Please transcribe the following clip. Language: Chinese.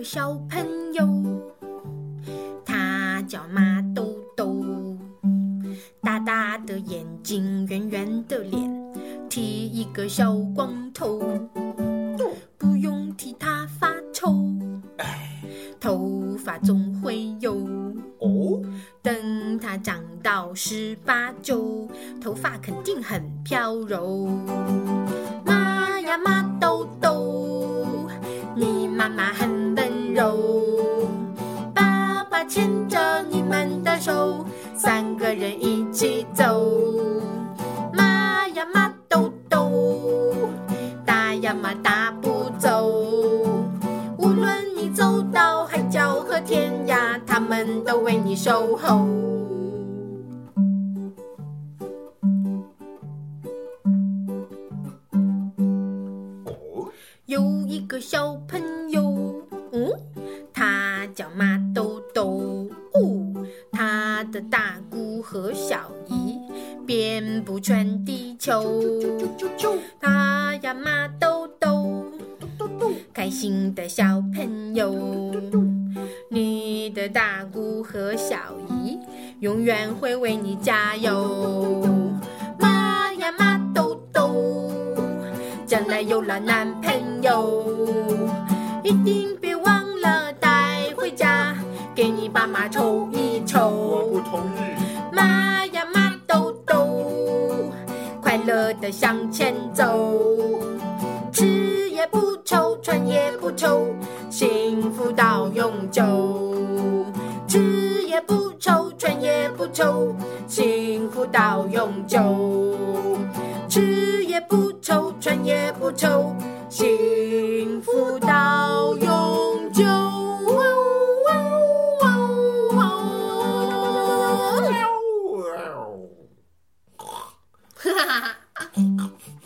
个小朋友，他叫马豆豆，大大的眼睛，圆圆的脸，剃一个小光头，不用替他发愁，头发总会有。等他长到18、19，头发肯定很飘柔。马呀马豆豆，你妈妈很温柔，爸爸牵着你们的手，3个人一起走。马呀马豆豆，大呀马大步走，无论你走到海角和天涯，他们都为你守候。有一个小朋友，他叫马豆豆，他的大姑和小姨遍布全地球。他呀马豆豆，开心的小朋友，你的大姑和小姨永远会为你加油。马呀马豆豆，将来有了男朋友，一定别忘了带回家，给你爸妈瞅一瞅。 我不同意。 马呀马豆豆，快乐地向前走，吃也不愁，穿也不愁，幸福到永久。吃也不愁，穿也不愁，幸福到永久。吃也不愁，穿也不愁，幸福到永久。哈哈哈哈。